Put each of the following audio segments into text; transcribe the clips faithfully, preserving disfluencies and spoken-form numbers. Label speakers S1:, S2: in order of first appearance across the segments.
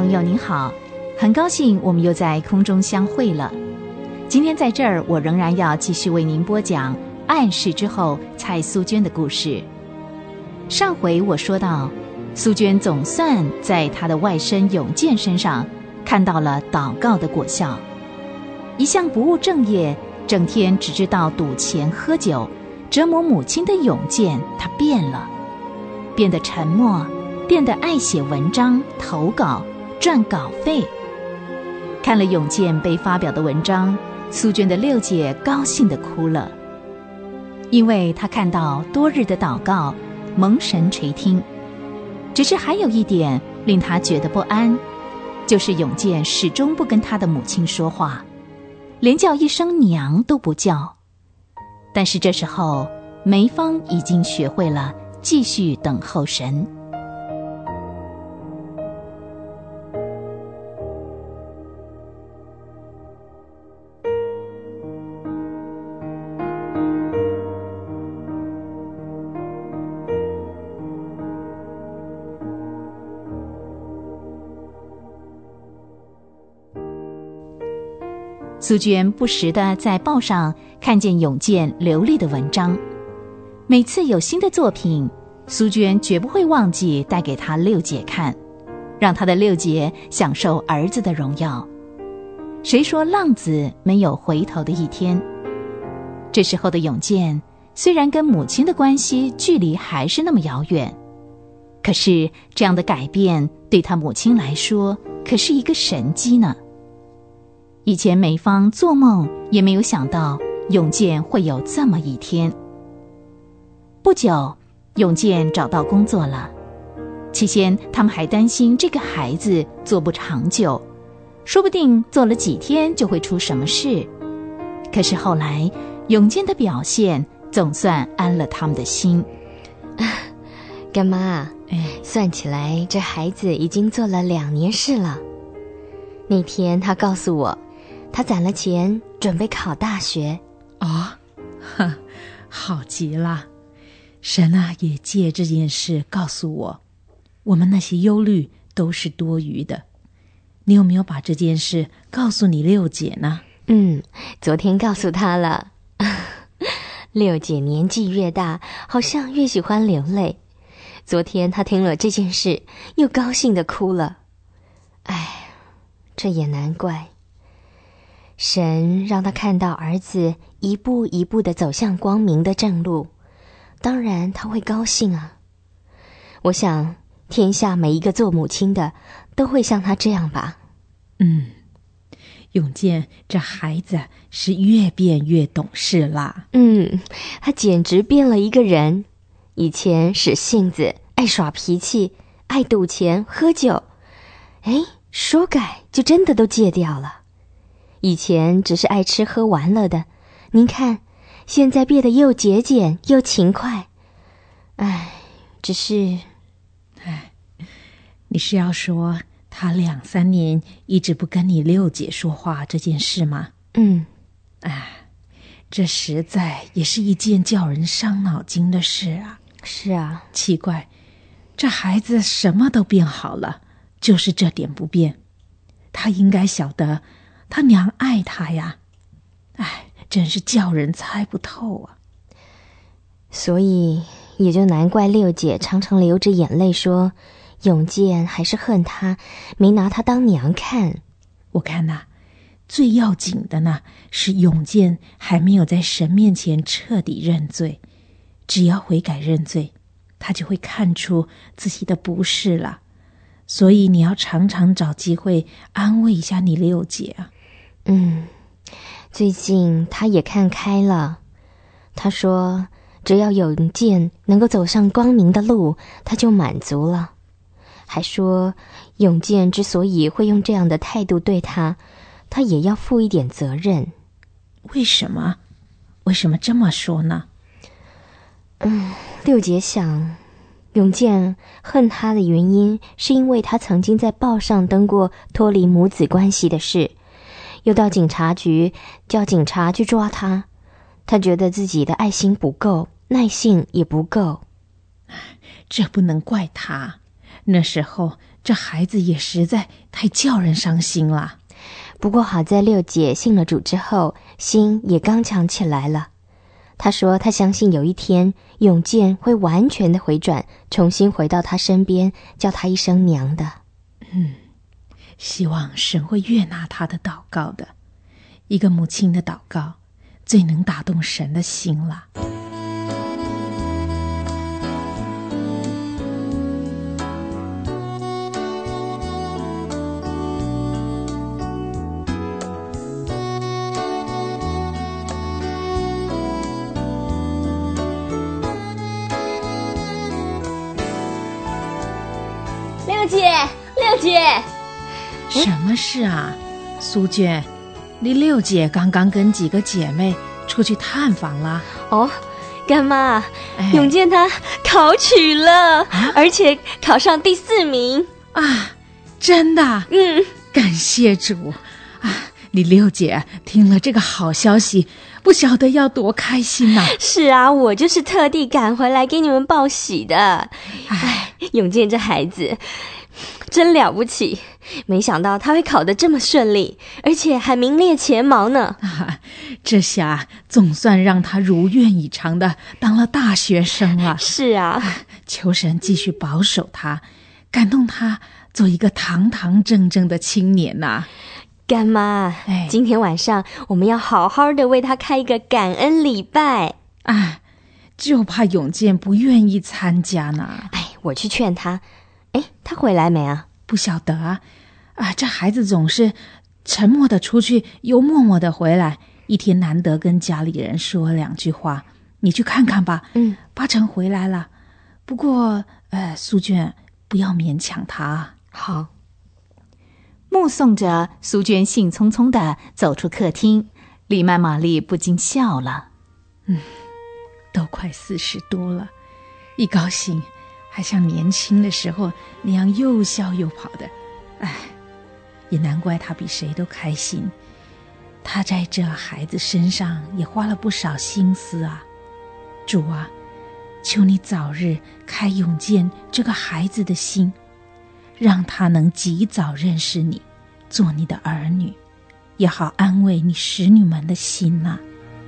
S1: 朋友您好，很高兴我们又在空中相会了。今天在这儿，我仍然要继续为您播讲暗示之后蔡苏娟的故事。上回我说到，苏娟总算在她的外甥永健身上看到了祷告的果效。一向不务正业，整天只知道赌钱喝酒，折磨母亲的永健，他变了，变得沉默，变得爱写文章、投稿、赚稿费。看了永健被发表的文章，苏娟的六姐高兴地哭了，因为她看到多日的祷告蒙神垂听。只是还有一点令她觉得不安，就是永健始终不跟她的母亲说话，连叫一声娘都不叫。但是这时候梅芳已经学会了继续等候神。苏娟不时地在报上看见永健流利的文章，每次有新的作品，苏娟绝不会忘记带给她六姐看，让她的六姐享受儿子的荣耀。谁说浪子没有回头的一天？这时候的永健虽然跟母亲的关系距离还是那么遥远，可是这样的改变对他母亲来说可是一个神迹呢。以前梅芳做梦也没有想到永健会有这么一天。不久，永健找到工作了。起先他们还担心这个孩子做不长久，说不定做了几天就会出什么事。可是后来永健的表现总算安了他们的心。
S2: 干妈，算起来这孩子已经做了两年事了。那天他告诉我，他攒了钱准备考大学。
S3: 哦，哈，好极了。神啊，也借这件事告诉我，我们那些忧虑都是多余的。你有没有把这件事告诉你六姐呢？
S2: 嗯，昨天告诉她了。六姐年纪越大，好像越喜欢流泪。昨天她听了这件事，又高兴地哭了。哎，这也难怪。神让他看到儿子一步一步地走向光明的正路，当然他会高兴啊。我想天下每一个做母亲的都会像他这样吧。
S3: 嗯，永健这孩子是越变越懂事啦。
S2: 嗯，他简直变了一个人。以前使性子，爱耍脾气，爱赌钱喝酒，哎，说改就真的都戒掉了。以前只是爱吃喝玩乐的，您看现在变得又节俭又勤快。哎，只是
S3: 哎，你是要说他两三年一直不跟你六姐说话这件事吗？
S2: 嗯，
S3: 哎，这实在也是一件叫人伤脑筋的事啊。
S2: 是啊，
S3: 奇怪，这孩子什么都变好了，就是这点不变。他应该晓得他娘爱他呀。哎，真是叫人猜不透啊。
S2: 所以也就难怪六姐常常流着眼泪说，永健还是恨他，没拿他当娘看。
S3: 我看呐、啊，最要紧的呢是永健还没有在神面前彻底认罪。只要悔改认罪，他就会看出自己的不是了。所以你要常常找机会安慰一下你六姐啊。
S2: 嗯，最近他也看开了。他说只要永健能够走上光明的路，他就满足了。还说永健之所以会用这样的态度对他，他也要负一点责任。
S3: 为什么？为什么这么说呢？
S2: 嗯，六姐想，永健恨他的原因是因为他曾经在报上登过脱离母子关系的事，又到警察局叫警察去抓他。他觉得自己的爱心不够，耐性也不够。
S3: 这不能怪他，那时候这孩子也实在太叫人伤心了。
S2: 不过好在六姐信了主之后，心也刚强起来了。她说她相信有一天永健会完全的回转，重新回到她身边，叫她一声娘的。
S3: 嗯，希望神会悦纳她的祷告的。一个母亲的祷告最能打动神的心了。
S2: 六姐，六姐，
S3: 什么事啊？苏娟，你六姐刚刚跟几个姐妹出去探访了。
S2: 哦，干妈，
S3: 哎
S2: 永健他考取了，
S3: 啊
S2: 而且考上第四名。
S3: 啊，真的？
S2: 嗯，
S3: 感谢主啊！你六姐听了这个好消息，不晓得要多开心呐、
S2: 是啊，我就是特地赶回来给你们报喜的。
S3: 哎，
S2: 永健这孩子真了不起，没想到他会考得这么顺利，而且还名列前茅呢。
S3: 啊，这下总算让他如愿以偿的当了大学生了。
S2: 是啊，
S3: 求神继续保守他，感动他做一个堂堂正正的青年呐、啊。
S2: 干妈，
S3: 哎
S2: 今天晚上我们要好好的为他开一个感恩礼拜。
S3: 哎，就怕永健不愿意参加呢。
S2: 哎，我去劝他。哎，他回来没啊？
S3: 不晓得啊，啊，这孩子总是沉默的出去，又默默的回来，一天难得跟家里人说两句话。你去看看吧，
S2: 嗯，
S3: 八成回来了。不过，呃，苏娟，不要勉强他。
S2: 好。
S1: 目送着苏娟兴匆匆地走出客厅，李曼玛丽不禁笑了。
S3: 都快四十多了，一高兴还像年轻的时候那样又笑又跑的。哎，也难怪他比谁都开心。他在这孩子身上也花了不少心思啊。主啊，求你早日开永健这个孩子的心，让他能及早认识你，做你的儿女，也好安慰你使女们的心呐、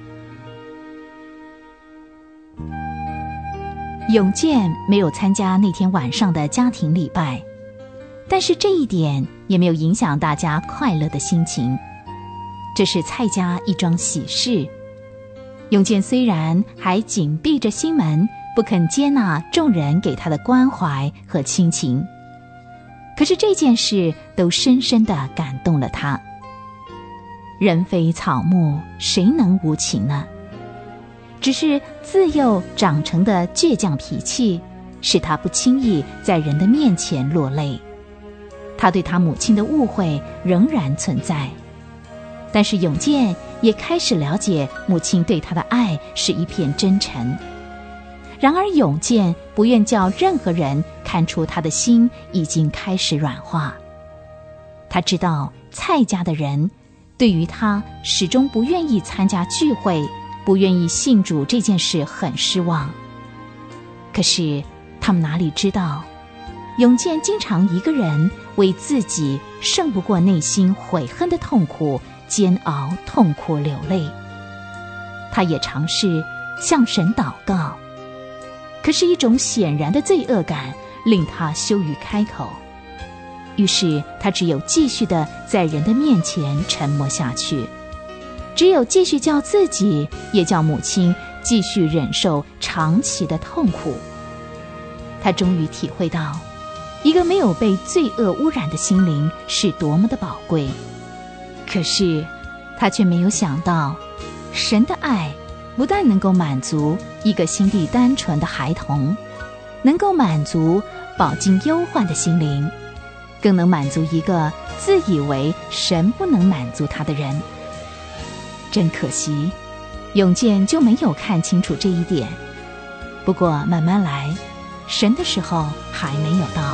S1: 永健没有参加那天晚上的家庭礼拜，但是这一点也没有影响大家快乐的心情。这是蔡家一桩喜事。永健虽然还紧闭着心门，不肯接纳众人给他的关怀和亲情，可是这件事都深深地感动了他。人非草木，谁能无情呢？只是自幼长成的倔强脾气，使他不轻易在人的面前落泪。他对他母亲的误会仍然存在，但是永健也开始了解母亲对他的爱是一片真诚。然而永健不愿叫任何人看出他的心已经开始软化。他知道蔡家的人对于他始终不愿意参加聚会，不愿意信主这件事很失望。可是他们哪里知道，永健经常一个人为自己胜不过内心悔恨的痛苦煎熬，痛哭流泪。他也尝试向神祷告，可是一种显然的罪恶感令他羞于开口。于是他只有继续的在人的面前沉默下去，只有继续叫自己也叫母亲继续忍受长期的痛苦。他终于体会到，一个没有被罪恶污染的心灵是多么的宝贵。可是他却没有想到，神的爱不但能够满足一个心地单纯的孩童，能够满足饱经忧患的心灵，更能满足一个自以为神不能满足他的人。真可惜，永健就没有看清楚这一点。不过慢慢来，神的时候还没有到。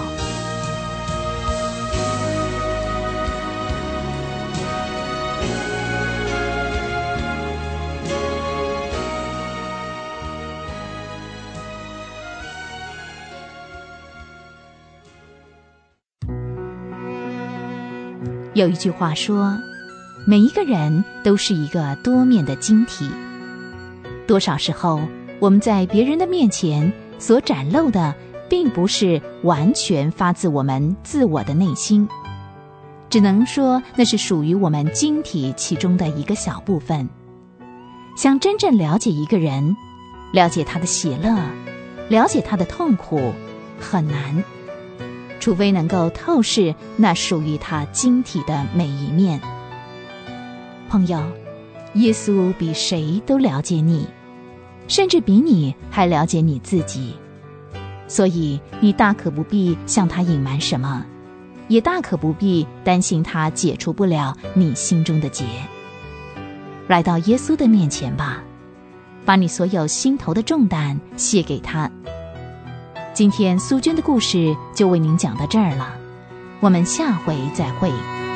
S1: 有一句话说，每一个人都是一个多面的晶体。多少时候，我们在别人的面前所展露的，并不是完全发自我们自我的内心，只能说那是属于我们晶体其中的一个小部分。想真正了解一个人，了解他的喜乐，了解他的痛苦，很难，除非能够透视那属于他晶体的每一面。朋友，耶稣比谁都了解你，甚至比你还了解你自己，所以你大可不必向他隐瞒什么，也大可不必担心他解除不了你心中的结。来到耶稣的面前吧，把你所有心头的重担卸给他。今天苏娟的故事就为您讲到这儿了，我们下回再会。